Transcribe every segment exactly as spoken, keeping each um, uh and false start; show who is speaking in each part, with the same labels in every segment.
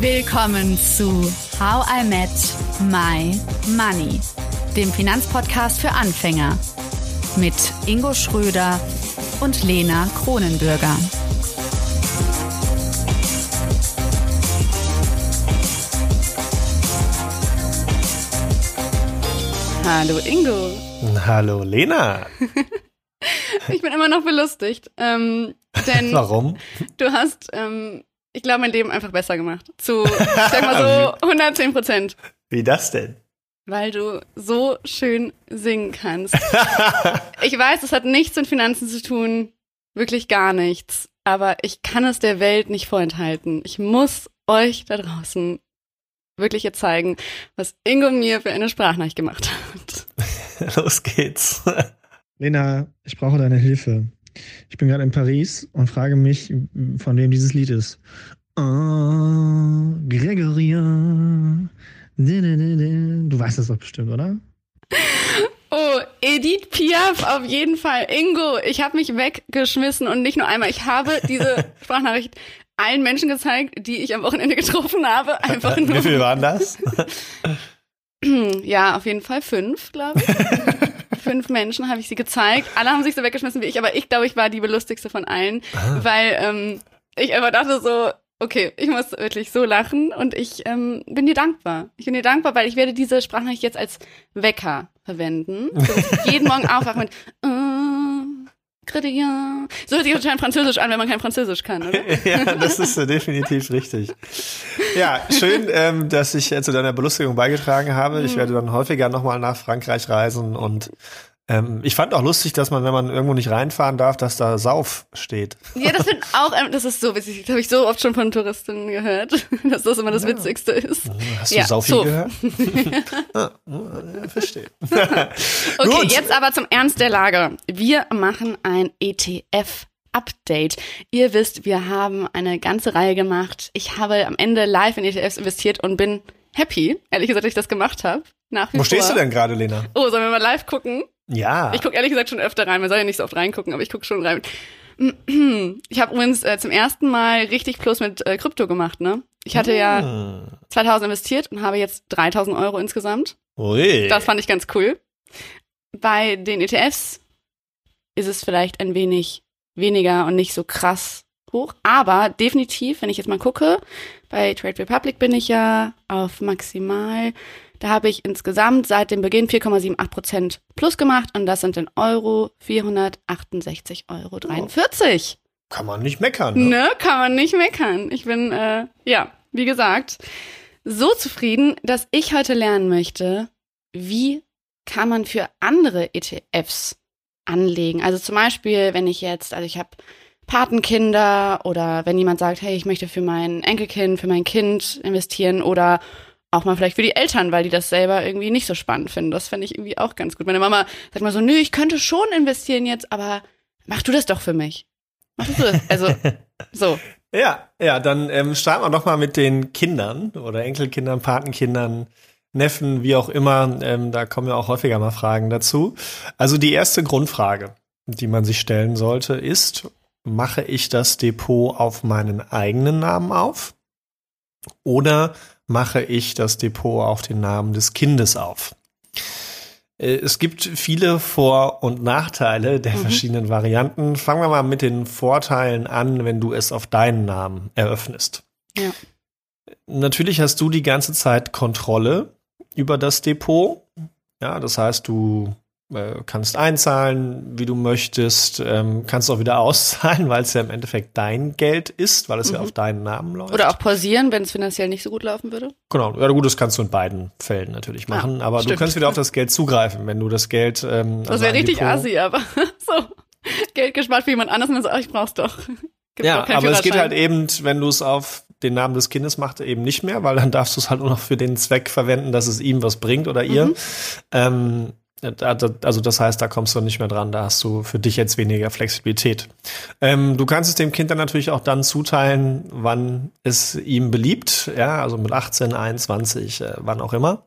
Speaker 1: Willkommen zu How I Met My Money, dem Finanzpodcast für Anfänger mit Ingo Schröder und Lena Kronenbürger. Hallo Ingo.
Speaker 2: Hallo Lena.
Speaker 1: Ich bin immer noch belustigt. Ähm, denn
Speaker 2: Warum?
Speaker 1: Du hast, ähm, ich glaube, mein Leben einfach besser gemacht. Zu, ich sag mal so, hundertzehn Prozent.
Speaker 2: Wie das denn?
Speaker 1: Weil du so schön singen kannst. Ich weiß, es hat nichts mit Finanzen zu tun, wirklich gar nichts. Aber ich kann es der Welt nicht vorenthalten. Ich muss euch da draußen wirklich jetzt zeigen, was Ingo mir für eine Sprachnachricht gemacht hat.
Speaker 2: Los geht's.
Speaker 3: Lena, ich brauche deine Hilfe. Ich bin gerade in Paris und frage mich, von wem dieses Lied ist. Oh, Gregoria. Du weißt das doch bestimmt, oder?
Speaker 1: Oh, Edith Piaf, auf jeden Fall. Ingo, ich habe mich weggeschmissen und nicht nur einmal. Ich habe diese Sprachnachricht allen Menschen gezeigt, die ich am Wochenende getroffen habe. Einfach nur.
Speaker 2: Wie viel waren das?
Speaker 1: Ja, auf jeden Fall fünf, glaube ich. Fünf Menschen habe ich sie gezeigt. Alle haben sich so weggeschmissen wie ich, aber ich glaube, ich war die belustigste von allen, ah. weil ähm, ich einfach dachte so, okay, ich muss wirklich so lachen und ich ähm, bin dir dankbar. Ich bin dir dankbar, weil ich werde diese Sprachnachricht jetzt als Wecker verwenden. So, dass ich jeden Morgen aufwache mit äh, Crédit. So hört sich anscheinend Französisch an, wenn man kein Französisch kann, oder?
Speaker 2: Ja, das ist äh, definitiv richtig. Ja, schön, ähm, dass ich äh, zu deiner Belustigung beigetragen habe. Mhm. Ich werde dann häufiger nochmal nach Frankreich reisen und ähm, ich fand auch lustig, dass man, wenn man irgendwo nicht reinfahren darf, dass da Sauf steht.
Speaker 1: Ja, das finde auch, ähm, das ist so witzig. Das habe ich so oft schon von Touristinnen gehört, dass das immer das ja. Witzigste ist.
Speaker 2: Hast du
Speaker 1: ja,
Speaker 2: Saufi
Speaker 1: so.
Speaker 2: gehört? ah, ja, verstehe.
Speaker 1: Okay, Gut. Jetzt aber zum Ernst der Lage. Wir machen ein E T F-Update. Ihr wisst, wir haben eine ganze Reihe gemacht. Ich habe am Ende live in E T Fs investiert und bin happy, ehrlich gesagt, dass ich das gemacht habe. Nach wie
Speaker 2: Wo
Speaker 1: vor.
Speaker 2: stehst du denn gerade, Lena?
Speaker 1: Oh, sollen wir mal live gucken?
Speaker 2: Ja.
Speaker 1: Ich gucke ehrlich gesagt schon öfter rein. Man soll ja nicht so oft reingucken, aber ich gucke schon rein. Ich habe übrigens äh, zum ersten Mal richtig Plus mit äh, Krypto gemacht, ne? Ich hatte ja
Speaker 2: ah.
Speaker 1: zweitausend investiert und habe jetzt dreitausend Euro insgesamt.
Speaker 2: Ui.
Speaker 1: Das fand ich ganz cool. Bei den E T Fs ist es vielleicht ein wenig weniger und nicht so krass hoch. Aber definitiv, wenn ich jetzt mal gucke, bei Trade Republic bin ich ja auf maximal. Da habe ich insgesamt seit dem Beginn vier Komma achtundsiebzig Prozent plus gemacht und das sind in Euro vierhundertachtundsechzig Euro dreiundvierzig.
Speaker 2: Oh, kann man nicht meckern, ne?
Speaker 1: Ne, kann man nicht meckern. Ich bin, äh, ja, wie gesagt, so zufrieden, dass ich heute lernen möchte, wie kann man für andere E T Fs anlegen. Also zum Beispiel, wenn ich jetzt, also ich habe Patenkinder oder wenn jemand sagt, hey, ich möchte für mein Enkelkind, für mein Kind investieren oder auch mal vielleicht für die Eltern, weil die das selber irgendwie nicht so spannend finden. Das fände ich irgendwie auch ganz gut. Meine Mama sagt mal so, nö, ich könnte schon investieren jetzt, aber mach du das doch für mich. Mach du das. Also, so.
Speaker 2: Ja, ja, dann ähm, starten wir doch mal mit den Kindern oder Enkelkindern, Patenkindern, Neffen, wie auch immer. Ähm, da kommen ja auch häufiger mal Fragen dazu. Also die erste Grundfrage, die man sich stellen sollte, ist, mache ich das Depot auf meinen eigenen Namen auf oder mache ich das Depot auf den Namen des Kindes auf? Es gibt viele Vor- und Nachteile der mhm. verschiedenen Varianten. Fangen wir mal mit den Vorteilen an, wenn du es auf deinen Namen eröffnest.
Speaker 1: Ja.
Speaker 2: Natürlich hast du die ganze Zeit Kontrolle über das Depot. Ja, das heißt, du äh, kannst einzahlen, wie du möchtest, ähm, kannst auch wieder auszahlen, weil es ja im Endeffekt dein Geld ist, weil es mhm. ja auf deinen Namen läuft.
Speaker 1: Oder auch pausieren, wenn es finanziell nicht so gut laufen würde.
Speaker 2: Genau, ja gut, das kannst du in beiden Fällen natürlich machen, ja, aber stimmt. Du kannst wieder auf das Geld zugreifen, wenn du das Geld ähm,
Speaker 1: Das wäre richtig assi, aber so, Geld gespart für jemand anderes und dann so, ach, ich brauch's doch. Gibt
Speaker 2: ja, aber es geht halt eben, wenn du es auf den Namen des Kindes machst, eben nicht mehr, weil dann darfst du es halt nur noch für den Zweck verwenden, dass es ihm was bringt oder ihr. Mhm. Ähm, Also das heißt, da kommst du nicht mehr dran, da hast du für dich jetzt weniger Flexibilität. Ähm, du kannst es dem Kind dann natürlich auch dann zuteilen, wann es ihm beliebt, ja, also mit achtzehn, einundzwanzig, äh, wann auch immer.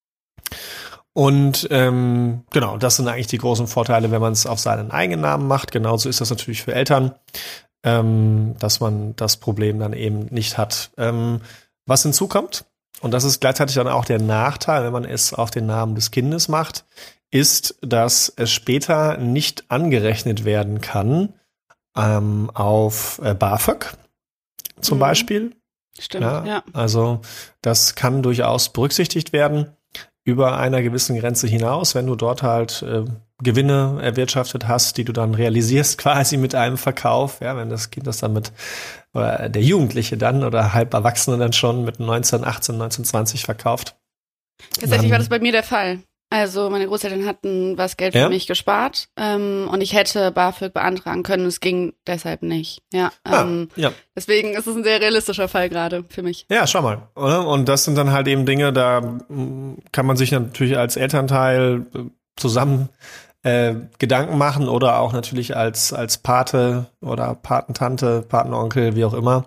Speaker 2: Und ähm, genau, das sind eigentlich die großen Vorteile, wenn man es auf seinen eigenen Namen macht. Genauso ist das natürlich für Eltern, ähm, dass man das Problem dann eben nicht hat. Ähm, Was hinzukommt, und das ist gleichzeitig dann auch der Nachteil, wenn man es auf den Namen des Kindes macht, ist, dass es später nicht angerechnet werden kann ähm, auf äh, BAföG zum mhm. Beispiel.
Speaker 1: Stimmt,
Speaker 2: ja,
Speaker 1: ja.
Speaker 2: Also das kann durchaus berücksichtigt werden über einer gewissen Grenze hinaus, wenn du dort halt äh, Gewinne erwirtschaftet hast, die du dann realisierst quasi mit einem Verkauf. Ja, wenn das Kind das dann mit, oder der Jugendliche dann oder halb Erwachsene dann schon mit neunzehn, achtzehn, neunzehn, zwanzig verkauft.
Speaker 1: Tatsächlich
Speaker 2: dann,
Speaker 1: war das bei mir der Fall. Also meine Großeltern hatten was Geld für
Speaker 2: ja?
Speaker 1: mich gespart ähm, und ich hätte BAföG beantragen können. Es ging deshalb nicht. Ja, ähm,
Speaker 2: ah, ja.
Speaker 1: Deswegen ist es ein sehr realistischer Fall gerade für mich.
Speaker 2: Ja, schau mal. Oder? Und das sind dann halt eben Dinge, da m, kann man sich natürlich als Elternteil zusammen äh, Gedanken machen oder auch natürlich als als Pate oder Patentante, Patenonkel, wie auch immer.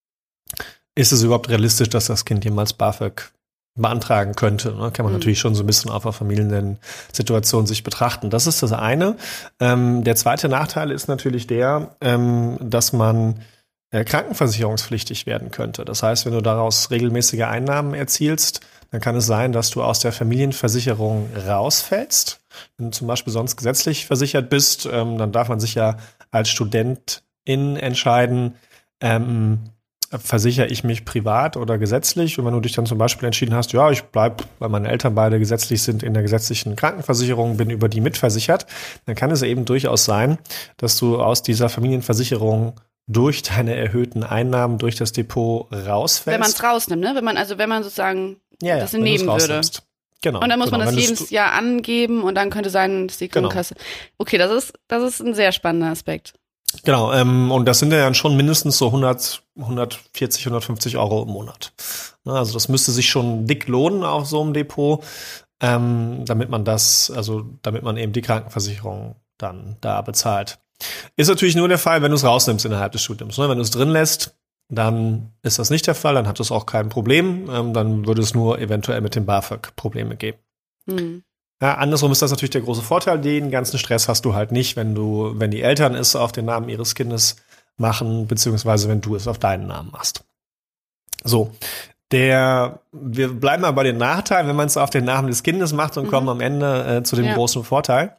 Speaker 2: Ist es überhaupt realistisch, dass das Kind jemals BAföG beantragen könnte? Ne? Kann man mhm. natürlich schon so ein bisschen auf der Familiensituation sich betrachten. Das ist das eine. Ähm, der zweite Nachteil ist natürlich der, ähm, dass man äh, krankenversicherungspflichtig werden könnte. Das heißt, wenn du daraus regelmäßige Einnahmen erzielst, dann kann es sein, dass du aus der Familienversicherung rausfällst. Wenn du zum Beispiel sonst gesetzlich versichert bist, ähm, dann darf man sich ja als Studentin entscheiden, ähm, versichere ich mich privat oder gesetzlich? Und wenn du dich dann zum Beispiel entschieden hast, ja, ich bleib, weil meine Eltern beide gesetzlich sind, in der gesetzlichen Krankenversicherung, bin über die mitversichert, dann kann es eben durchaus sein, dass du aus dieser Familienversicherung durch deine erhöhten Einnahmen durch das Depot rausfällst.
Speaker 1: Wenn man es rausnimmt, ne? Wenn man, also wenn man sozusagen
Speaker 2: ja, ja,
Speaker 1: das nehmen würde.
Speaker 2: Genau.
Speaker 1: Und dann muss
Speaker 2: genau,
Speaker 1: man das
Speaker 2: wenn
Speaker 1: jedes Jahr angeben und dann könnte sein, dass die Krankenkasse. Genau. Okay, das ist, das ist ein sehr spannender Aspekt.
Speaker 2: Genau, ähm, und das sind ja dann schon mindestens so hundert, hundertvierzig, hundertfünfzig Euro im Monat. Also das müsste sich schon dick lohnen auf so einem Depot, ähm, damit man das, also damit man eben die Krankenversicherung dann da bezahlt. Ist natürlich nur der Fall, wenn du es rausnimmst innerhalb des Studiums. Wenn du es drin lässt, dann ist das nicht der Fall, dann hat es auch kein Problem, ähm, dann würde es nur eventuell mit dem BAföG Probleme geben. Mhm. Ja, andersrum ist das natürlich der große Vorteil, den ganzen Stress hast du halt nicht, wenn du, wenn die Eltern es auf den Namen ihres Kindes machen, beziehungsweise wenn du es auf deinen Namen machst. So, der, wir bleiben mal bei den Nachteilen, wenn man es auf den Namen des Kindes macht und mhm. kommen am Ende äh, zu dem ja. großen Vorteil.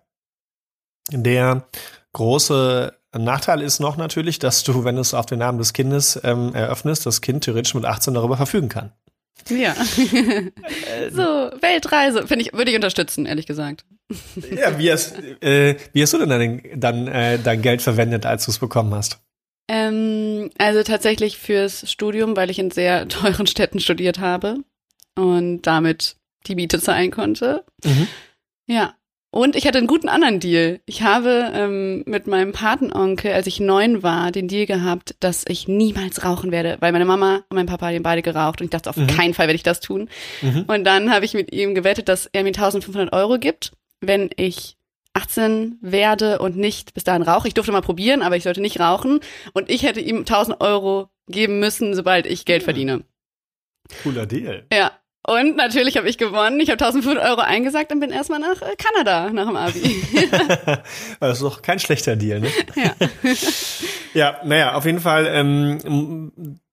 Speaker 2: Der große Nachteil ist noch natürlich, dass du, wenn du es auf den Namen des Kindes ähm, eröffnest, das Kind theoretisch mit achtzehn darüber verfügen kann.
Speaker 1: Ja. So, Weltreise, finde ich, würde ich unterstützen, ehrlich gesagt.
Speaker 2: Ja, wie hast, äh, wie hast du denn dein, dann, äh, dein Geld verwendet, als du es bekommen hast?
Speaker 1: Ähm, also tatsächlich fürs Studium, weil ich in sehr teuren Städten studiert habe und damit die Miete zahlen konnte. Mhm. Ja. Und ich hatte einen guten anderen Deal. Ich habe ähm, mit meinem Patenonkel, als ich neun war, den Deal gehabt, dass ich niemals rauchen werde, weil meine Mama und mein Papa haben beide geraucht und ich dachte, auf mhm. keinen Fall werde ich das tun. Mhm. Und dann habe ich mit ihm gewettet, dass er mir eintausendfünfhundert Euro gibt, wenn ich achtzehn werde und nicht bis dahin rauche. Ich durfte mal probieren, aber ich sollte nicht rauchen. Und ich hätte ihm tausend Euro geben müssen, sobald ich Geld verdiene.
Speaker 2: Cooler Deal.
Speaker 1: Ja. Und natürlich habe ich gewonnen. Ich habe eintausendfünfhundert Euro eingesagt und bin erstmal nach Kanada nach dem Abi.
Speaker 2: Das ist doch kein schlechter Deal, ne?
Speaker 1: Ja.
Speaker 2: Ja, naja, auf jeden Fall ähm,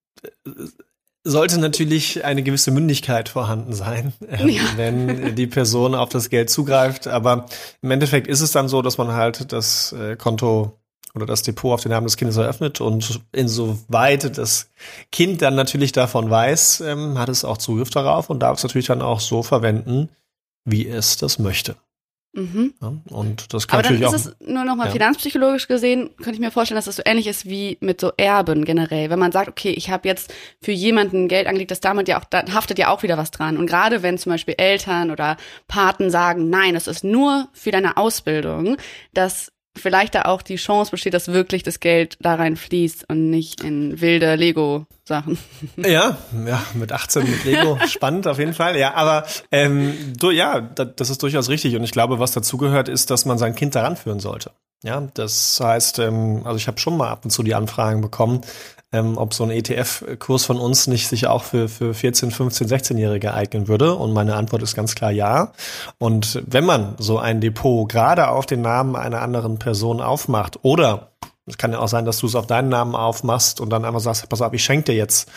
Speaker 2: sollte natürlich eine gewisse Mündigkeit vorhanden sein, ähm, ja. wenn die Person auf das Geld zugreift. Aber im Endeffekt ist es dann so, dass man halt das äh, Konto oder das Depot auf den Namen des Kindes eröffnet und insoweit das Kind dann natürlich davon weiß, ähm, hat es auch Zugriff darauf und darf es natürlich dann auch so verwenden, wie es das möchte. Mhm. Ja, und das kann
Speaker 1: Aber dann
Speaker 2: natürlich
Speaker 1: ist
Speaker 2: auch,
Speaker 1: es nur noch mal
Speaker 2: ja.
Speaker 1: finanzpsychologisch gesehen, könnte ich mir vorstellen, dass das so ähnlich ist wie mit so Erben generell. Wenn man sagt, okay, ich habe jetzt für jemanden Geld angelegt, das damit ja auch, da haftet ja auch wieder was dran. Und gerade wenn zum Beispiel Eltern oder Paten sagen, nein, das ist nur für deine Ausbildung, dass vielleicht da auch die Chance besteht, dass wirklich das Geld da rein fließt und nicht in wilde Lego-Sachen.
Speaker 2: Ja, ja, mit achtzehn mit Lego, spannend auf jeden Fall. Ja, aber ähm, du, ja, das ist durchaus richtig. Und ich glaube, was dazugehört, ist, dass man sein Kind daran führen sollte. Ja, das heißt, ähm, also ich habe schon mal ab und zu die Anfragen bekommen, ähm, ob so ein E T F-Kurs von uns nicht sich auch für für vierzehn, fünfzehn, sechzehn-Jährige eignen würde. Und meine Antwort ist ganz klar ja. Und wenn man so ein Depot gerade auf den Namen einer anderen Person aufmacht oder es kann ja auch sein, dass du es auf deinen Namen aufmachst und dann einfach sagst, pass auf, ich schenke dir jetzt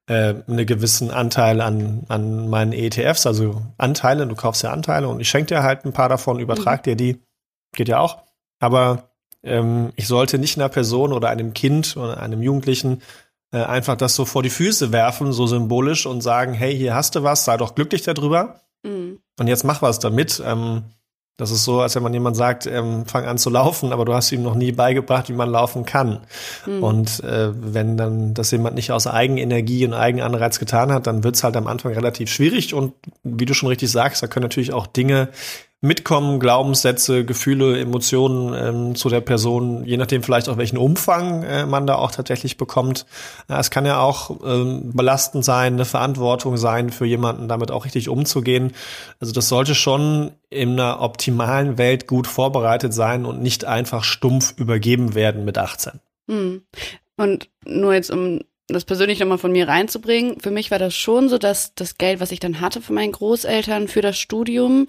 Speaker 2: äh, einen gewissen Anteil an, an meinen E T Fs, also Anteile, du kaufst ja Anteile und ich schenke dir halt ein paar davon, übertrag dir die, geht ja auch. Aber ähm, ich sollte nicht einer Person oder einem Kind oder einem Jugendlichen äh, einfach das so vor die Füße werfen, so symbolisch und sagen, hey, hier hast du was, sei doch glücklich darüber mhm. und jetzt mach was damit. Ähm, Das ist so, als wenn man jemand sagt, ähm, fang an zu laufen, aber du hast ihm noch nie beigebracht, wie man laufen kann. Mhm. Und äh, wenn dann das jemand nicht aus Eigenenergie und Eigenanreiz getan hat, dann wird's halt am Anfang relativ schwierig. Und wie du schon richtig sagst, da können natürlich auch Dinge mitkommen, Glaubenssätze, Gefühle, Emotionen ähm, zu der Person, je nachdem vielleicht auch welchen Umfang äh, man da auch tatsächlich bekommt. Ja, es kann ja auch ähm, belastend sein, eine Verantwortung sein für jemanden, damit auch richtig umzugehen. Also das sollte schon in einer optimalen Welt gut vorbereitet sein und nicht einfach stumpf übergeben werden mit achtzehn.
Speaker 1: Hm. Und nur jetzt, um das persönlich nochmal von mir reinzubringen, für mich war das schon so, dass das Geld, was ich dann hatte von meinen Großeltern für das Studium,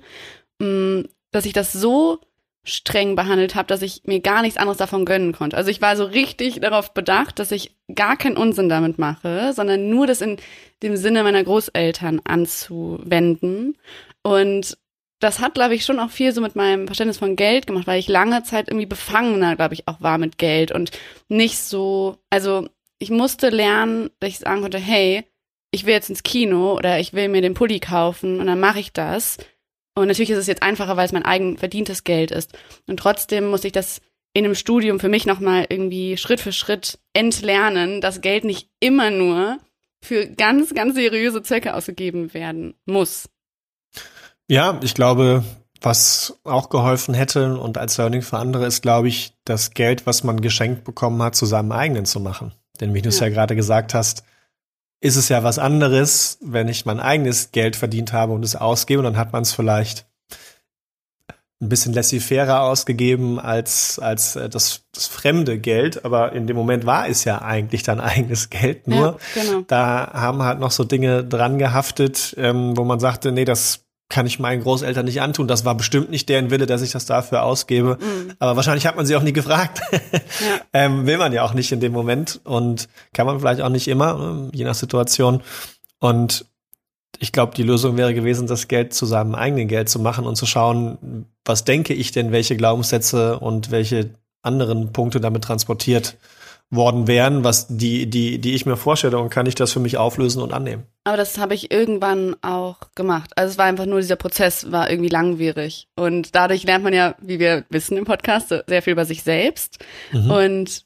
Speaker 1: dass ich das so streng behandelt habe, dass ich mir gar nichts anderes davon gönnen konnte. Also ich war so richtig darauf bedacht, dass ich gar keinen Unsinn damit mache, sondern nur das in dem Sinne meiner Großeltern anzuwenden. Und das hat, glaube ich, schon auch viel so mit meinem Verständnis von Geld gemacht, weil ich lange Zeit irgendwie befangener, glaube ich, auch war mit Geld und nicht so, also ich musste lernen, dass ich sagen konnte, hey, ich will jetzt ins Kino oder ich will mir den Pulli kaufen und dann mache ich das. Und natürlich ist es jetzt einfacher, weil es mein eigen verdientes Geld ist. Und trotzdem muss ich das in einem Studium für mich nochmal irgendwie Schritt für Schritt entlernen, dass Geld nicht immer nur für ganz, ganz seriöse Zwecke ausgegeben werden muss.
Speaker 2: Ja, ich glaube, was auch geholfen hätte und als Learning für andere ist, glaube ich, das Geld, was man geschenkt bekommen hat, zu seinem eigenen zu machen. Denn wie du es ja, ja gerade gesagt hast, ist es ja was anderes, wenn ich mein eigenes Geld verdient habe und es ausgebe, dann hat man es vielleicht ein bisschen laissez-faire ausgegeben als als äh, das, das fremde Geld, aber in dem Moment war es ja eigentlich dein eigenes Geld, nur ja, genau. Da haben halt noch so Dinge dran gehaftet, ähm, wo man sagte, nee, das kann ich meinen Großeltern nicht antun, das war bestimmt nicht deren Wille, dass ich das dafür ausgebe, mhm. aber wahrscheinlich hat man sie auch nie gefragt. Ja. ähm, will man ja auch nicht in dem Moment und kann man vielleicht auch nicht immer, je nach Situation. Und ich glaube, die Lösung wäre gewesen, das Geld zu seinem eigenen Geld zu machen und zu schauen, was denke ich denn, welche Glaubenssätze und welche anderen Punkte damit transportiert worden wären, was die, die, die ich mir vorstelle, und kann ich das für mich auflösen und annehmen.
Speaker 1: Aber das habe ich irgendwann auch gemacht. Also es war einfach nur, dieser Prozess war irgendwie langwierig. Und dadurch lernt man ja, wie wir wissen im Podcast, sehr viel über sich selbst. Mhm. Und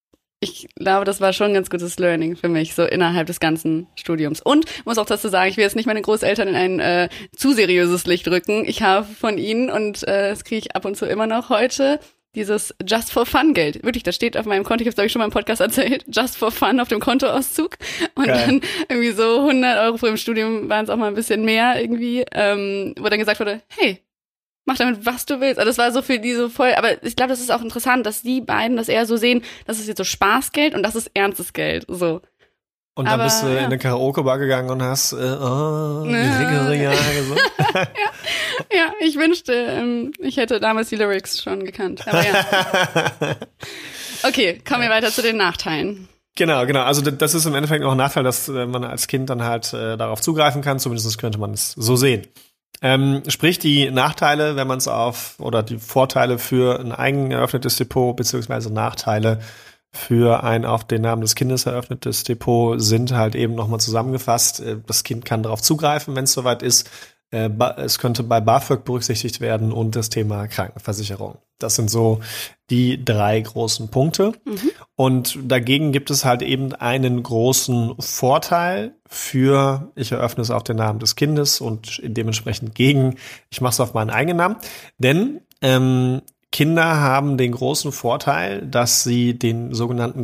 Speaker 1: ich glaube, das war schon ein ganz gutes Learning für mich, so innerhalb des ganzen Studiums. Und muss auch dazu sagen, ich will jetzt nicht meine Großeltern in ein äh, zu seriöses Licht rücken. Ich habe von ihnen, und äh, das kriege ich ab und zu immer noch heute, dieses Just for Fun Geld. Wirklich, das steht auf meinem Konto, ich habe es glaube ich schon mal im Podcast erzählt, Just for Fun auf dem Kontoauszug. Und Geil. Dann irgendwie so hundert Euro vor dem Studium waren es auch mal ein bisschen mehr irgendwie, ähm, wo dann gesagt wurde, hey, mach damit, was du willst. Also das war so für die so voll, aber ich glaube, das ist auch interessant, dass die beiden das eher so sehen, das ist jetzt so Spaßgeld und das ist ernstes Geld, so.
Speaker 2: Und dann aber, bist du ja. in eine Karaoke-Bar gegangen und hast äh, oh, die Ringe gesungen.
Speaker 1: ja. ja, ich wünschte, ähm, ich hätte damals die Lyrics schon gekannt. Aber ja. Okay, kommen wir weiter zu den Nachteilen.
Speaker 2: Genau, genau. Also das ist im Endeffekt auch ein Nachteil, dass äh, man als Kind dann halt äh, darauf zugreifen kann. Zumindest könnte man es so sehen. Ähm, sprich, die Nachteile, wenn man es auf, oder die Vorteile für ein eigen eröffnetes Depot, beziehungsweise Nachteile für ein auf den Namen des Kindes eröffnetes Depot sind halt eben nochmal zusammengefasst. Das Kind kann darauf zugreifen, wenn es soweit ist. Es könnte bei BAföG berücksichtigt werden und das Thema Krankenversicherung. Das sind so die drei großen Punkte. Mhm. Und dagegen gibt es halt eben einen großen Vorteil für, ich eröffne es auf den Namen des Kindes und dementsprechend gegen, ich mache es auf meinen eigenen Namen. Denn ähm, Kinder haben den großen Vorteil, dass sie den sogenannten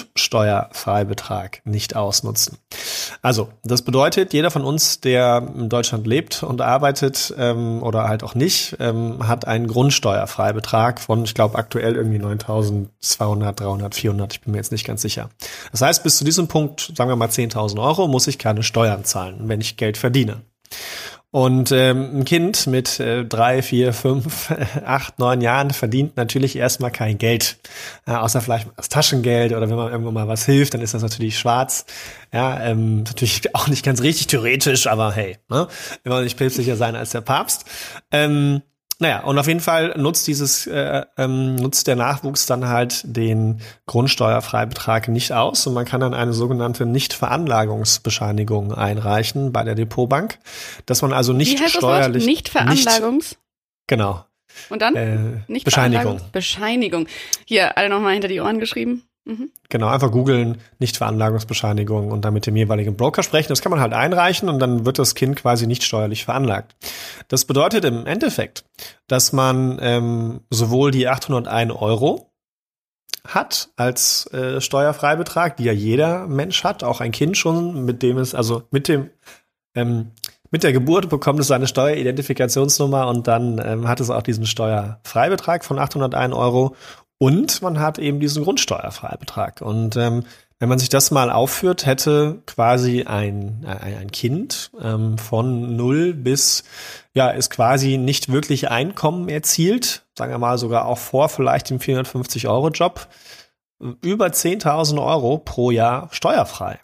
Speaker 2: Grundsteuerfreibetrag nicht ausnutzen. Also, das bedeutet, jeder von uns, der in Deutschland lebt und arbeitet ähm, oder halt auch nicht, ähm, hat einen Grundsteuerfreibetrag von, ich glaube, aktuell irgendwie neuntausendzweihundert, dreihundert, vierhundert, ich bin mir jetzt nicht ganz sicher. Das heißt, bis zu diesem Punkt, sagen wir mal zehntausend Euro, muss ich keine Steuern zahlen, wenn ich Geld verdiene. Und ähm, ein Kind mit äh, drei, vier, fünf, acht, neun Jahren verdient natürlich erstmal kein Geld. Ja, außer vielleicht das Taschengeld oder wenn man irgendwo mal was hilft, dann ist das natürlich schwarz. Ja, ähm, natürlich auch nicht ganz richtig theoretisch, aber hey, ne? Wir wollen nicht päpstlicher sein als der Papst. Ähm, Naja, und auf jeden Fall nutzt dieses, äh, ähm, nutzt der Nachwuchs dann halt den Grundsteuerfreibetrag nicht aus und man kann dann eine sogenannte Nichtveranlagungsbescheinigung einreichen bei der Depotbank, dass man also nicht
Speaker 1: Wie heißt
Speaker 2: steuerlich
Speaker 1: das Wort? Nichtveranlagungs?
Speaker 2: Nicht, genau.
Speaker 1: Und dann?
Speaker 2: Äh,
Speaker 1: Nicht
Speaker 2: Bescheinigung.
Speaker 1: Bescheinigung. Hier, alle nochmal hinter die Ohren geschrieben. Mhm.
Speaker 2: Genau, einfach googeln, Nichtveranlagungsbescheinigung und dann mit dem jeweiligen Broker sprechen. Das kann man halt einreichen und dann wird das Kind quasi nicht steuerlich veranlagt. Das bedeutet im Endeffekt, dass man ähm, sowohl die achthunderteins Euro hat als äh, Steuerfreibetrag, die ja jeder Mensch hat, auch ein Kind schon, mit dem es, also mit dem ähm, mit der Geburt bekommt es seine Steueridentifikationsnummer und dann ähm, hat es auch diesen Steuerfreibetrag von achthunderteins Euro. Und man hat eben diesen Grundsteuerfreibetrag. Und ähm, wenn man sich das mal aufführt, hätte quasi ein, ein, ein Kind ähm, von null bis, ja, ist quasi nicht wirklich Einkommen erzielt, sagen wir mal sogar auch vor vielleicht dem vierhundertfünfzig Euro Job, über zehntausend Euro pro Jahr steuerfrei.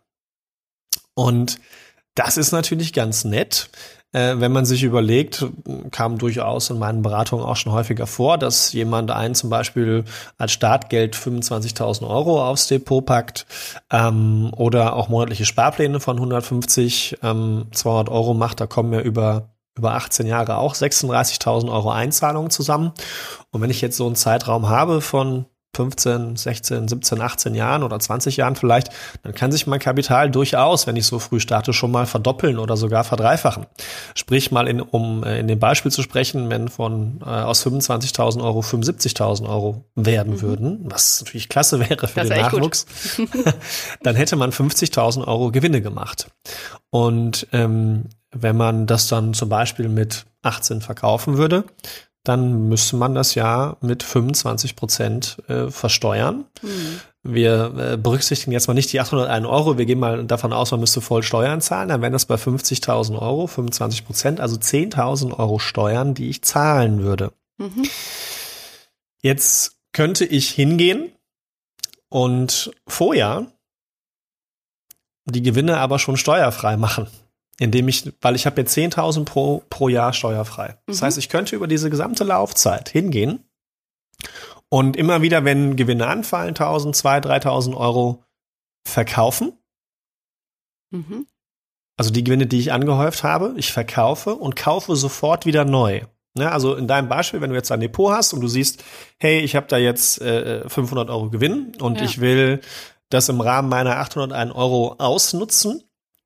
Speaker 2: Und das ist natürlich ganz nett. Äh, wenn man sich überlegt, kam durchaus in meinen Beratungen auch schon häufiger vor, dass jemand einen zum Beispiel als Startgeld fünfundzwanzigtausend Euro aufs Depot packt ähm, oder auch monatliche Sparpläne von hundertfünfzig, ähm, zweihundert Euro macht, da kommen ja über über achtzehn Jahre auch sechsunddreißigtausend Euro Einzahlungen zusammen. Und wenn ich jetzt so einen Zeitraum habe von fünfzehn, sechzehn, siebzehn, achtzehn Jahren oder zwanzig Jahren vielleicht, dann kann sich mein Kapital durchaus, wenn ich so früh starte, schon mal verdoppeln oder sogar verdreifachen. Sprich mal, in, um in dem Beispiel zu sprechen, wenn von äh, aus fünfundzwanzigtausend Euro fünfundsiebzigtausend Euro werden mhm. würden, was natürlich klasse wäre für das den Nachwuchs, dann hätte man fünfzigtausend Euro Gewinne gemacht. Und ähm, wenn man das dann zum Beispiel mit achtzehn verkaufen würde, dann müsste man das ja mit fünfundzwanzig Prozent äh, versteuern. Mhm. Wir äh, berücksichtigen jetzt mal nicht die achthunderteins Euro, wir gehen mal davon aus, man müsste voll Steuern zahlen, dann wären das bei fünfzigtausend Euro, fünfundzwanzig Prozent, also zehntausend Euro Steuern, die ich zahlen würde. Mhm. Jetzt könnte ich hingehen und vorher die Gewinne aber schon steuerfrei machen. Indem ich, weil ich habe jetzt zehntausend pro, pro Jahr steuerfrei. Das mhm. heißt, ich könnte über diese gesamte Laufzeit hingehen und immer wieder, wenn Gewinne anfallen, tausend, zweitausend, dreitausend Euro verkaufen. Mhm. Also die Gewinne, die ich angehäuft habe, ich verkaufe und kaufe sofort wieder neu. Ja, also in deinem Beispiel, wenn du jetzt ein Depot hast und du siehst, hey, ich habe da jetzt äh, fünfhundert Euro Gewinn und ja. ich will das im Rahmen meiner achthunderteins Euro ausnutzen,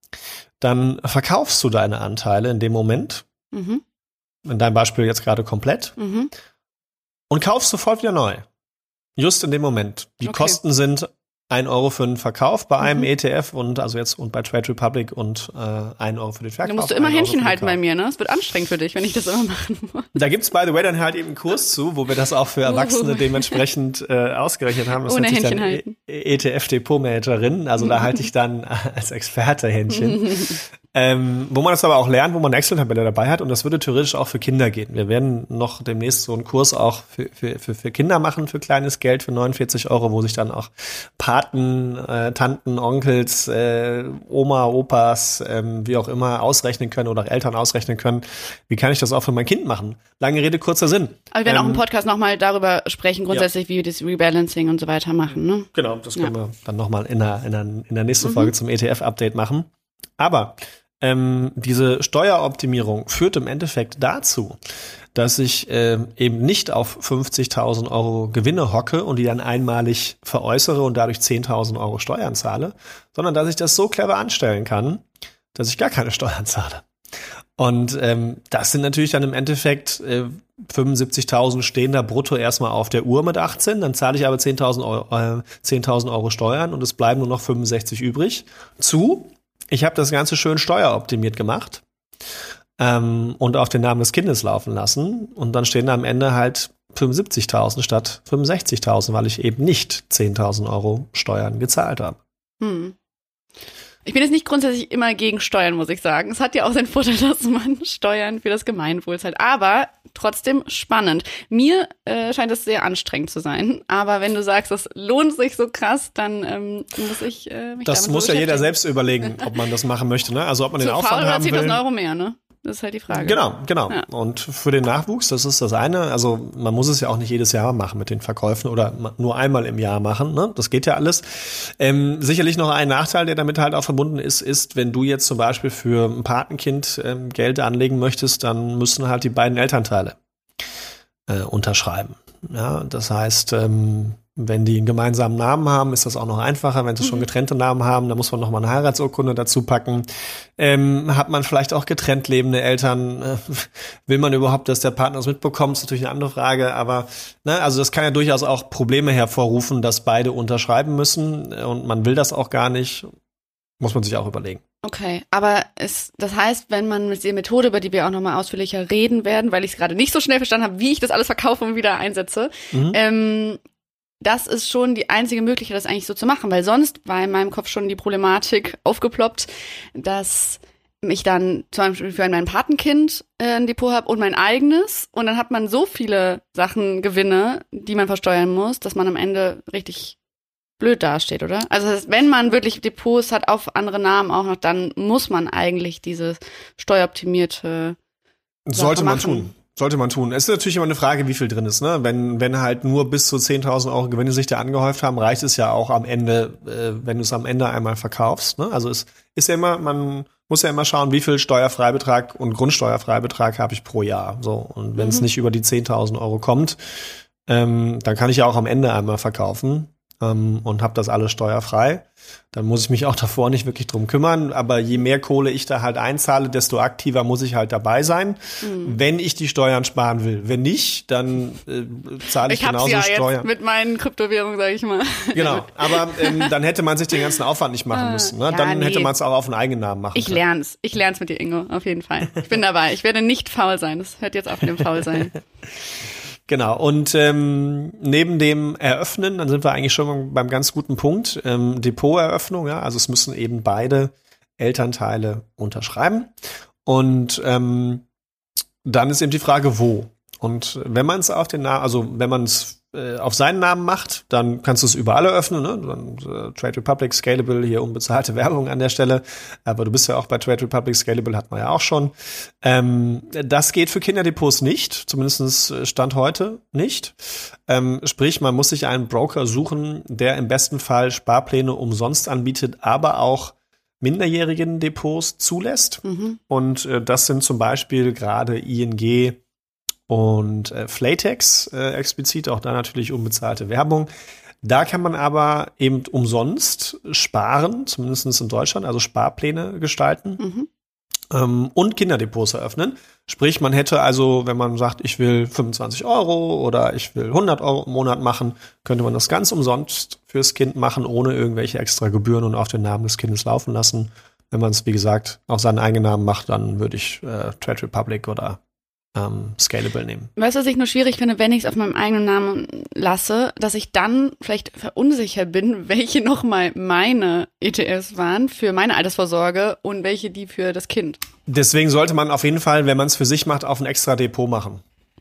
Speaker 2: dann verkaufst du deine Anteile in dem Moment, mhm. in deinem Beispiel jetzt gerade komplett, mhm. und kaufst sofort wieder neu. Just in dem Moment. Die okay. Kosten sind ein Euro für den Verkauf bei einem mhm. E T F und also jetzt und bei Trade Republic und äh, ein Euro für den Verkauf.
Speaker 1: Da musst du immer Händchen halten bei mir, ne? Es wird anstrengend für dich, wenn ich das immer machen muss.
Speaker 2: Da gibt's by the way dann halt eben einen Kurs zu, wo wir das auch für Erwachsene dementsprechend äh, ausgerechnet haben. Das
Speaker 1: Ohne
Speaker 2: nennt sich
Speaker 1: Händchen
Speaker 2: dann
Speaker 1: halten.
Speaker 2: E T F-Depot-Managerin. Also da halte ich dann als Experte Händchen. ähm, wo man das aber auch lernt, wo man eine Excel-Tabelle dabei hat und das würde theoretisch auch für Kinder gehen. Wir werden noch demnächst so einen Kurs auch für, für, für, für Kinder machen, für kleines Geld, für neunundvierzig Euro, wo sich dann auch Paten, äh, Tanten, Onkels, äh, Oma, Opas, ähm, wie auch immer ausrechnen können oder auch Eltern ausrechnen können, wie kann ich das auch für mein Kind machen? Lange Rede, kurzer Sinn.
Speaker 1: Aber wir werden ähm, auch im Podcast nochmal darüber sprechen, grundsätzlich, ja. wie wir das Rebalancing und so weiter machen. Ne?
Speaker 2: Genau, das können ja. wir dann nochmal in der, in der, in der nächsten mhm. Folge zum E T F-Update machen. Aber ähm, diese Steueroptimierung führt im Endeffekt dazu, dass ich äh, eben nicht auf fünfzigtausend Euro Gewinne hocke und die dann einmalig veräußere und dadurch zehntausend Euro Steuern zahle, sondern dass ich das so clever anstellen kann, dass ich gar keine Steuern zahle. Und ähm, das sind natürlich dann im Endeffekt äh, fünfundsiebzigtausend stehen da brutto erstmal auf der Uhr mit achtzehn, dann zahle ich aber zehntausend Euro, äh, zehntausend Euro Steuern und es bleiben nur noch fünfundsechzig übrig. Zu, ich habe das Ganze schön steueroptimiert gemacht ähm, und auf den Namen des Kindes laufen lassen und dann stehen da am Ende halt fünfundsiebzigtausend statt fünfundsechzigtausend, weil ich eben nicht zehntausend Euro Steuern gezahlt habe.
Speaker 1: Hm. Ich bin jetzt nicht grundsätzlich immer gegen Steuern, muss ich sagen. Es hat ja auch den Vorteil, dass man Steuern für das Gemeinwohl zahlt. Aber trotzdem spannend. Mir äh, scheint es sehr anstrengend zu sein. Aber wenn du sagst, das lohnt sich so krass, dann ähm, muss ich äh, mich
Speaker 2: Das
Speaker 1: damit
Speaker 2: muss
Speaker 1: so
Speaker 2: ja jeder selbst überlegen, ob man das machen möchte. Ne? Also ob man den
Speaker 1: so
Speaker 2: Aufwand
Speaker 1: faul
Speaker 2: haben
Speaker 1: oder
Speaker 2: will.
Speaker 1: zehntausend Euro mehr, ne? Das ist halt die Frage.
Speaker 2: Genau, genau.
Speaker 1: Ja.
Speaker 2: Und für den Nachwuchs, das ist das eine. Also man muss es ja auch nicht jedes Jahr machen mit den Verkäufen oder nur einmal im Jahr machen. Ne? Das geht ja alles. Ähm, sicherlich noch ein Nachteil, der damit halt auch verbunden ist, ist, wenn du jetzt zum Beispiel für ein Patenkind ähm, Geld anlegen möchtest, dann müssen halt die beiden Elternteile äh, unterschreiben. Ja, das heißt, ähm, wenn die einen gemeinsamen Namen haben, ist das auch noch einfacher. Wenn sie schon getrennte Namen haben, dann muss man noch mal eine Heiratsurkunde dazu packen. Ähm, hat man vielleicht auch getrennt lebende Eltern? Äh, will man überhaupt, dass der Partner das mitbekommt? Ist natürlich eine andere Frage. Aber ne, also das kann ja durchaus auch Probleme hervorrufen, dass beide unterschreiben müssen. Und man will das auch gar nicht. Muss man sich auch überlegen.
Speaker 1: Okay, aber es, das heißt, wenn man mit der Methode, über die wir auch nochmal ausführlicher reden werden, weil ich es gerade nicht so schnell verstanden habe, wie ich das alles verkaufe und wieder einsetze, mhm. ähm, das ist schon die einzige Möglichkeit, das eigentlich so zu machen, weil sonst war in meinem Kopf schon die Problematik aufgeploppt, dass ich dann zum Beispiel für mein Patenkind äh, ein Depot habe und mein eigenes und dann hat man so viele Sachen, Gewinne, die man versteuern muss, dass man am Ende richtig blöd dasteht, oder? Also das heißt, wenn man wirklich Depots hat auf andere Namen auch noch, dann muss man eigentlich diese steueroptimierte Sache
Speaker 2: Sollte man
Speaker 1: machen.
Speaker 2: tun. Sollte man tun. Es ist natürlich immer eine Frage, wie viel drin ist. Ne? Wenn wenn halt nur bis zu zehntausend Euro Gewinne sich da angehäuft haben, reicht es ja auch am Ende, äh, wenn du es am Ende einmal verkaufst. Ne? Also es ist ja immer, man muss ja immer schauen, wie viel Steuerfreibetrag und Grundsteuerfreibetrag habe ich pro Jahr. So und wenn es
Speaker 1: Mhm.
Speaker 2: nicht über die zehntausend Euro kommt, ähm, dann kann ich ja auch am Ende einmal verkaufen ähm, und habe das alles steuerfrei. Dann muss ich mich auch davor nicht wirklich drum kümmern. Aber je mehr Kohle ich da halt einzahle, desto aktiver muss ich halt dabei sein,
Speaker 1: Mhm.
Speaker 2: wenn ich die Steuern sparen will. Wenn nicht, dann äh, zahle ich,
Speaker 1: Ich hab's
Speaker 2: genauso
Speaker 1: ja
Speaker 2: Steuern.
Speaker 1: jetzt mit meinen Kryptowährungen, sag ich mal.
Speaker 2: Genau, aber ähm, dann hätte man sich den ganzen Aufwand nicht machen müssen. Ne?
Speaker 1: Ja,
Speaker 2: Dann
Speaker 1: nee.
Speaker 2: hätte man es auch auf einen Eigennamen machen
Speaker 1: Ich
Speaker 2: können.
Speaker 1: lern's. Ich lern's mit dir, Ingo, auf jeden Fall. Ich bin dabei. Ich werde nicht faul sein. Das hört jetzt auf mit dem Faulsein.
Speaker 2: Genau, und ähm, neben dem Eröffnen, dann sind wir eigentlich schon beim ganz guten Punkt, ähm, Depoteröffnung, ja, also es müssen eben beide Elternteile unterschreiben. Und ähm, dann ist eben die Frage, wo. Und wenn man es auf den Namen, also wenn man es äh, auf seinen Namen macht, dann kannst du es überall eröffnen, ne? Dann, äh, Trade Republic, Scalable, hier unbezahlte Werbung an der Stelle. Aber du bist ja auch bei Trade Republic, Scalable hat man ja auch schon. Ähm, das geht für Kinderdepots nicht, zumindest Stand heute nicht. Ähm, sprich, man muss sich einen Broker suchen, der im besten Fall Sparpläne umsonst anbietet, aber auch minderjährigen Depots zulässt.
Speaker 1: Mhm.
Speaker 2: Und äh, das sind zum Beispiel gerade I N G und äh, Flatex äh, explizit, auch da natürlich unbezahlte Werbung. Da kann man aber eben umsonst sparen, zumindest in Deutschland, also Sparpläne gestalten
Speaker 1: Mhm.
Speaker 2: ähm, und Kinderdepots eröffnen. Sprich, man hätte also, wenn man sagt, ich will fünfundzwanzig Euro oder ich will hundert Euro im Monat machen, könnte man das ganz umsonst fürs Kind machen, ohne irgendwelche extra Gebühren und auf den Namen des Kindes laufen lassen. Wenn man es, wie gesagt, auf seinen eigenen Namen macht, dann würde ich äh, Trade Republic oder ähm, Scalable nehmen.
Speaker 1: Weißt du, was ich nur schwierig finde, wenn ich es auf meinem eigenen Namen lasse, dass ich dann vielleicht verunsichert bin, welche nochmal meine E T Fs waren für meine Altersvorsorge und welche die für das Kind.
Speaker 2: Deswegen sollte man auf jeden Fall, wenn man es für sich macht, auf ein extra Depot machen.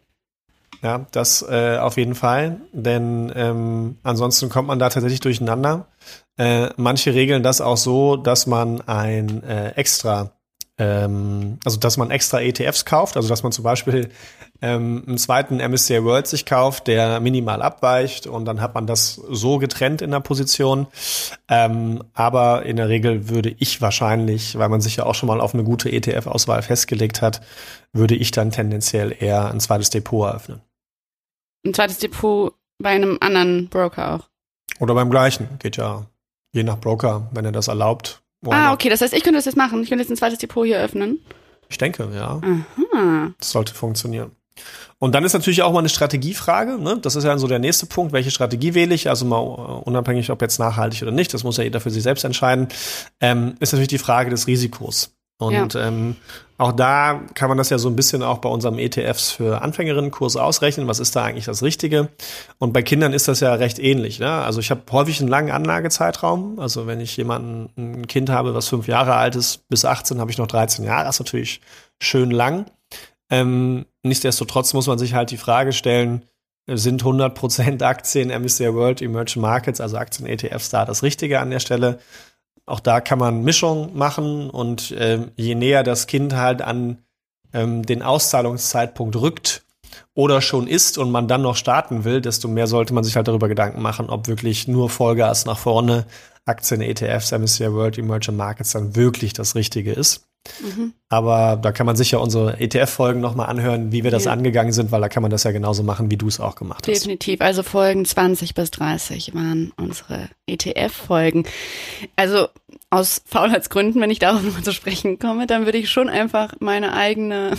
Speaker 2: Ja, das äh, auf jeden Fall, denn ähm, ansonsten kommt man da tatsächlich durcheinander. Äh, manche regeln das auch so, dass man ein äh, extra Ähm, also dass man extra E T Fs kauft, also dass man zum Beispiel ähm, einen zweiten M S C I World sich kauft, der minimal abweicht und dann hat man das so getrennt in der Position. Ähm, aber in der Regel würde ich wahrscheinlich, weil man sich ja auch schon mal auf eine gute E T F-Auswahl festgelegt hat, würde ich dann tendenziell eher ein zweites Depot eröffnen.
Speaker 1: Ein zweites Depot bei einem anderen Broker auch.
Speaker 2: Oder beim gleichen, geht ja je nach Broker, wenn er das erlaubt.
Speaker 1: Ah, okay, das heißt, ich könnte das jetzt machen. Ich könnte jetzt ein zweites Depot hier öffnen.
Speaker 2: Ich denke, ja.
Speaker 1: Aha.
Speaker 2: Das sollte funktionieren. Und dann ist natürlich auch mal eine Strategiefrage, ne? Das ist ja so der nächste Punkt. Welche Strategie wähle ich? Also mal unabhängig, ob jetzt nachhaltig oder nicht, das muss ja jeder für sich selbst entscheiden. Ähm, ist natürlich die Frage des Risikos. Und ja. ähm, auch da kann man das ja so ein bisschen auch bei unserem E T Fs für Anfängerinnenkurs ausrechnen. Was ist da eigentlich das Richtige? Und bei Kindern ist das ja recht ähnlich. Ne? Also ich habe häufig einen langen Anlagezeitraum. Also wenn ich jemanden, ein Kind habe, was fünf Jahre alt ist, bis achtzehn habe ich noch dreizehn Jahre. Das ist natürlich schön lang. Ähm, nichtsdestotrotz muss man sich halt die Frage stellen, sind hundert Prozent Aktien, M S C I World, Emerging Markets, also Aktien-E T Fs da das Richtige an der Stelle? Auch da kann man Mischung machen und äh, je näher das Kind halt an ähm, den Auszahlungszeitpunkt rückt oder schon ist und man dann noch starten will, desto mehr sollte man sich halt darüber Gedanken machen, ob wirklich nur Vollgas nach vorne Aktien, E T Fs, M S C I World, Emerging Markets dann wirklich das Richtige ist. Mhm. Aber da kann man sicher unsere E T F-Folgen nochmal anhören, wie wir das ja. angegangen sind, weil da kann man das ja genauso machen, wie du es auch gemacht hast.
Speaker 1: Definitiv. Also Folgen zwanzig bis dreißig waren unsere E T F-Folgen. Also aus Faulheitsgründen, wenn ich darauf nochmal zu sprechen komme, dann würde ich schon einfach meine eigene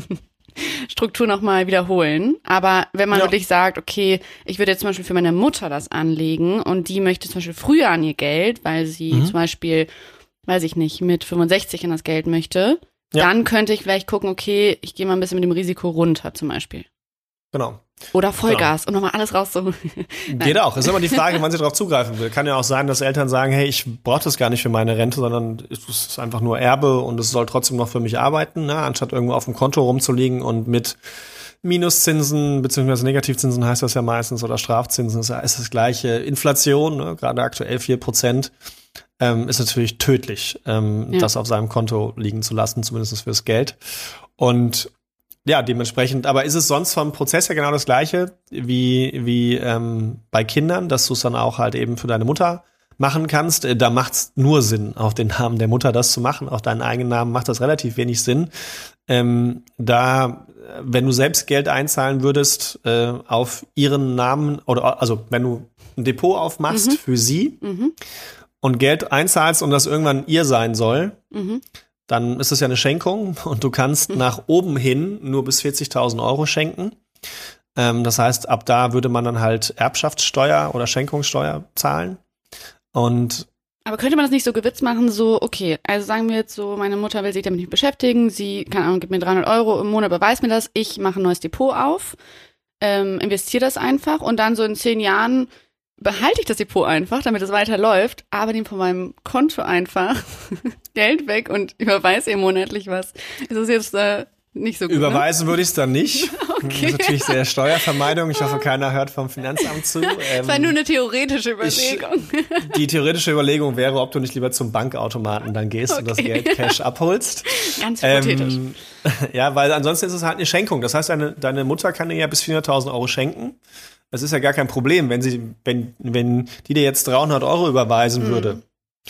Speaker 1: Struktur nochmal wiederholen. Aber wenn man ja. wirklich sagt, okay, ich würde jetzt zum Beispiel für meine Mutter das anlegen und die möchte zum Beispiel früher an ihr Geld, weil sie mhm. zum Beispiel weiß ich nicht, mit fünfundsechzig an das Geld möchte, ja. dann könnte ich vielleicht gucken, okay, ich gehe mal ein bisschen mit dem Risiko runter zum Beispiel.
Speaker 2: Genau.
Speaker 1: Oder Vollgas, genau. um nochmal alles rauszuholen.
Speaker 2: Geht auch. Ist immer die Frage, wann sie darauf zugreifen will. Kann ja auch sein, dass Eltern sagen, hey, ich brauche das gar nicht für meine Rente, sondern es ist einfach nur Erbe und es soll trotzdem noch für mich arbeiten, ne? Anstatt irgendwo auf dem Konto rumzuliegen und mit Minuszinsen beziehungsweise Negativzinsen heißt das ja meistens oder Strafzinsen ist ja ist das gleiche. Inflation, ne? Gerade aktuell vier Prozent. Ähm, ist natürlich tödlich, ähm, ja. das auf seinem Konto liegen zu lassen, zumindest fürs Geld. Und ja, dementsprechend, aber ist es sonst vom Prozess her genau das Gleiche wie, wie ähm, bei Kindern, dass du es dann auch halt eben für deine Mutter machen kannst? Da macht es nur Sinn, auf den Namen der Mutter das zu machen. Auf deinen eigenen Namen macht das relativ wenig Sinn. Ähm, da, wenn du selbst Geld einzahlen würdest äh, auf ihren Namen, oder also wenn du ein Depot aufmachst mhm. für sie, mhm. und Geld einzahlst und das irgendwann ihr sein soll, mhm. dann ist es ja eine Schenkung und du kannst mhm. nach oben hin nur bis vierzigtausend Euro schenken. Ähm, das heißt, ab da würde man dann halt Erbschaftssteuer oder Schenkungssteuer zahlen. Und
Speaker 1: aber könnte man das nicht so gewitzt machen, so, okay, also sagen wir jetzt so, meine Mutter will sich damit nicht beschäftigen, sie, keine Ahnung, gibt mir dreihundert Euro im Monat, beweist mir das, ich mache ein neues Depot auf, ähm, investiere das einfach und dann so in zehn Jahren behalte ich das Depot einfach, damit es weiterläuft, aber nehme von meinem Konto einfach Geld weg und überweise ihr monatlich was. Ist das jetzt äh, nicht so gut?
Speaker 2: Überweisen
Speaker 1: ne?
Speaker 2: würde ich es dann nicht. Okay. Das ist natürlich sehr Steuervermeidung. Ich hoffe, keiner hört vom Finanzamt zu. Ähm,
Speaker 1: das war nur eine theoretische Überlegung.
Speaker 2: Ich, die theoretische Überlegung wäre, ob du nicht lieber zum Bankautomaten dann gehst okay. und das Geld Cash abholst.
Speaker 1: Ganz hypothetisch.
Speaker 2: Ähm, ja, weil ansonsten ist es halt eine Schenkung. Das heißt, deine, deine Mutter kann dir ja bis vierhunderttausend Euro schenken. Das ist ja gar kein Problem, wenn sie, wenn, wenn die dir jetzt dreihundert Euro überweisen mhm. würde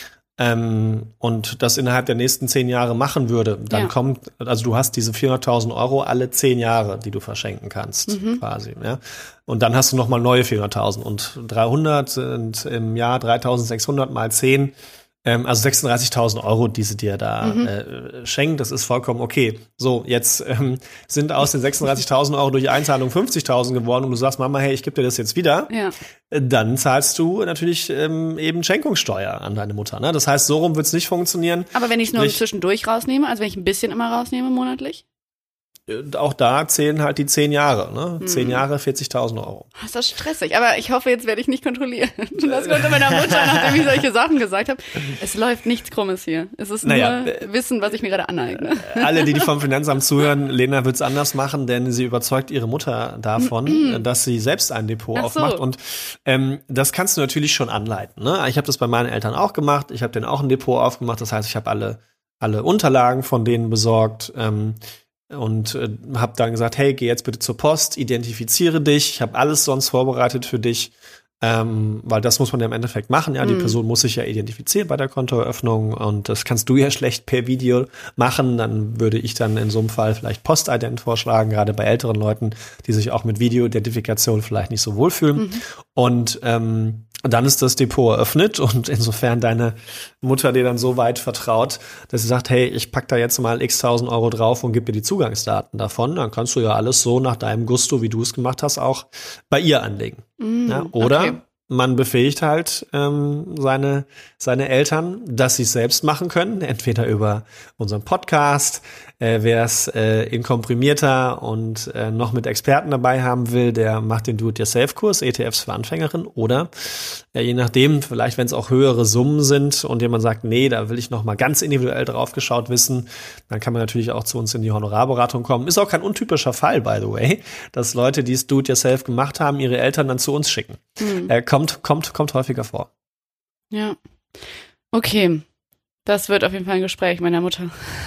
Speaker 2: ähm, und das innerhalb der nächsten zehn Jahre machen würde, dann ja. kommt, also du hast diese vierhunderttausend Euro alle zehn Jahre, die du verschenken kannst, mhm. quasi, ja. Und dann hast du nochmal neue vierhunderttausend und dreihundert sind im Jahr dreitausendsechshundert mal zehn. Ähm, also sechsunddreißigtausend Euro, die sie dir da mhm. äh, schenkt, das ist vollkommen okay. So, jetzt ähm, sind aus den sechsunddreißigtausend Euro durch Einzahlung fünfzigtausend geworden und du sagst, Mama, hey, ich gebe dir das jetzt wieder. Ja. Dann zahlst du natürlich ähm, eben Schenkungssteuer an deine Mutter. Ne? Das heißt, so rum wird's nicht funktionieren.
Speaker 1: Aber wenn ich es nur ich, zwischendurch rausnehme, also wenn ich ein bisschen immer rausnehme monatlich?
Speaker 2: Auch da zählen halt die zehn Jahre, ne? Hm. Zehn Jahre, vierzigtausend Euro.
Speaker 1: Das ist das stressig. Aber ich hoffe, jetzt werde ich nicht kontrollieren. Das konnte meiner Mutter, nachdem ich solche Sachen gesagt habe. Es läuft nichts Krummes hier. Es ist naja, nur äh, Wissen, was ich mir gerade aneigne.
Speaker 2: Alle, die, die vom Finanzamt zuhören, Lena wird's anders machen, denn sie überzeugt ihre Mutter davon, dass sie selbst ein Depot Ach aufmacht. So. Und ähm, das kannst du natürlich schon anleiten. Ne? Ich habe das bei meinen Eltern auch gemacht. Ich habe denen auch ein Depot aufgemacht. Das heißt, ich habe alle, alle Unterlagen von denen besorgt. Ähm, Und äh, habe dann gesagt, hey, geh jetzt bitte zur Post, identifiziere dich. Ich habe alles sonst vorbereitet für dich, ähm, weil das muss man ja im Endeffekt machen. Ja, die mm. Person muss sich ja identifizieren bei der Kontoeröffnung und das kannst du ja schlecht per Video machen. Dann würde ich dann in so einem Fall vielleicht Postident vorschlagen, gerade bei älteren Leuten, die sich auch mit Videoidentifikation vielleicht nicht so wohlfühlen. Mhm. Und ähm, dann ist das Depot eröffnet und insofern deine Mutter dir dann so weit vertraut, dass sie sagt, hey, ich pack da jetzt mal x tausend Euro drauf und gib dir die Zugangsdaten davon, dann kannst du ja alles so nach deinem Gusto, wie du es gemacht hast, auch bei ihr anlegen. Mm, ja, oder okay. man befähigt halt ähm, seine seine Eltern, dass sie es selbst machen können, entweder über unseren Podcast. Äh, Wer es äh, in komprimierter und äh, noch mit Experten dabei haben will, der macht den Do-it-yourself-Kurs, E T Fs für Anfängerinnen. Oder äh, je nachdem, vielleicht wenn es auch höhere Summen sind und jemand sagt, nee, da will ich noch mal ganz individuell drauf geschaut wissen, dann kann man natürlich auch zu uns in die Honorarberatung kommen. Ist auch kein untypischer Fall, by the way, dass Leute, die es Do-it-yourself gemacht haben, ihre Eltern dann zu uns schicken. Mhm. Äh, kommt, kommt, kommt häufiger vor.
Speaker 1: Ja. Okay. Das wird auf jeden Fall ein Gespräch meiner Mutter.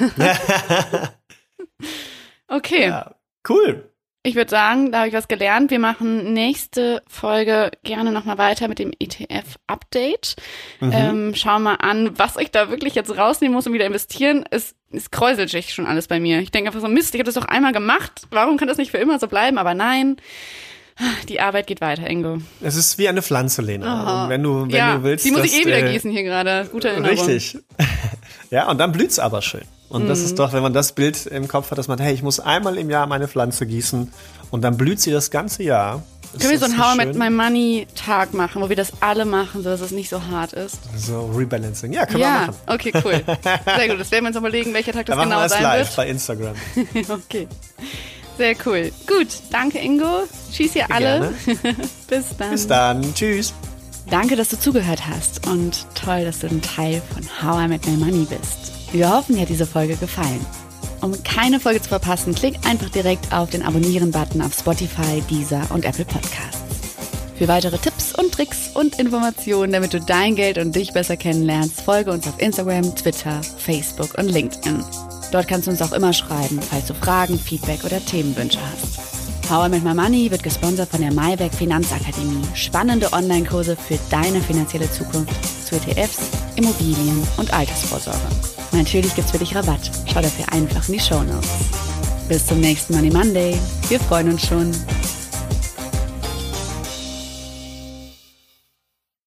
Speaker 1: Okay.
Speaker 2: Ja, cool.
Speaker 1: Ich würde sagen, da habe ich was gelernt. Wir machen nächste Folge gerne nochmal weiter mit dem E T F-Update. Mhm. Ähm, schauen mal an, was ich da wirklich jetzt rausnehmen muss und wieder investieren. Es, es kräuselt sich schon alles bei mir. Ich denke einfach so, Mist, ich habe das doch einmal gemacht. Warum kann das nicht für immer so bleiben? Aber nein. Die Arbeit geht weiter, Ingo.
Speaker 2: Es ist wie eine Pflanze, Lena. Und wenn du, wenn
Speaker 1: ja,
Speaker 2: du willst,
Speaker 1: die muss
Speaker 2: dass,
Speaker 1: ich eh wieder
Speaker 2: äh,
Speaker 1: gießen hier gerade. Gute Erinnerung.
Speaker 2: Richtig. Ja, und dann blüht's aber schön. Und mm. das ist doch, wenn man das Bild im Kopf hat, dass man, hey, ich muss einmal im Jahr meine Pflanze gießen und dann blüht sie das ganze Jahr.
Speaker 1: Können wir so einen How I Met My Money Tag machen, wo wir das alle machen, so dass es nicht so hart ist?
Speaker 2: So Rebalancing. Ja, können
Speaker 1: ja.
Speaker 2: wir machen.
Speaker 1: Okay, cool. Sehr gut. Das werden wir uns überlegen, welcher Tag das
Speaker 2: dann
Speaker 1: genau
Speaker 2: machen wir
Speaker 1: sein
Speaker 2: live
Speaker 1: wird.
Speaker 2: Bei Instagram.
Speaker 1: Okay. Sehr cool. Gut, danke Ingo. Tschüss ihr alle. Bis dann.
Speaker 2: Bis dann. Tschüss.
Speaker 1: Danke, dass du zugehört hast und toll, dass du ein Teil von How I Met My Money bist. Wir hoffen, dir hat diese Folge gefallen. Um keine Folge zu verpassen, klick einfach direkt auf den Abonnieren-Button auf Spotify, Deezer und Apple Podcasts. Für weitere Tipps und Tricks und Informationen, damit du dein Geld und dich besser kennenlernst, folge uns auf Instagram, Twitter, Facebook und LinkedIn. Dort kannst du uns auch immer schreiben, falls du Fragen, Feedback oder Themenwünsche hast. How I Met My Money wird gesponsert von der Maiwerk Finanzakademie. Spannende Online-Kurse für deine finanzielle Zukunft zu E T Fs, Immobilien und Altersvorsorge. Natürlich gibt's für dich Rabatt. Schau dafür einfach in die Shownotes. Bis zum nächsten Money Monday. Wir freuen uns schon.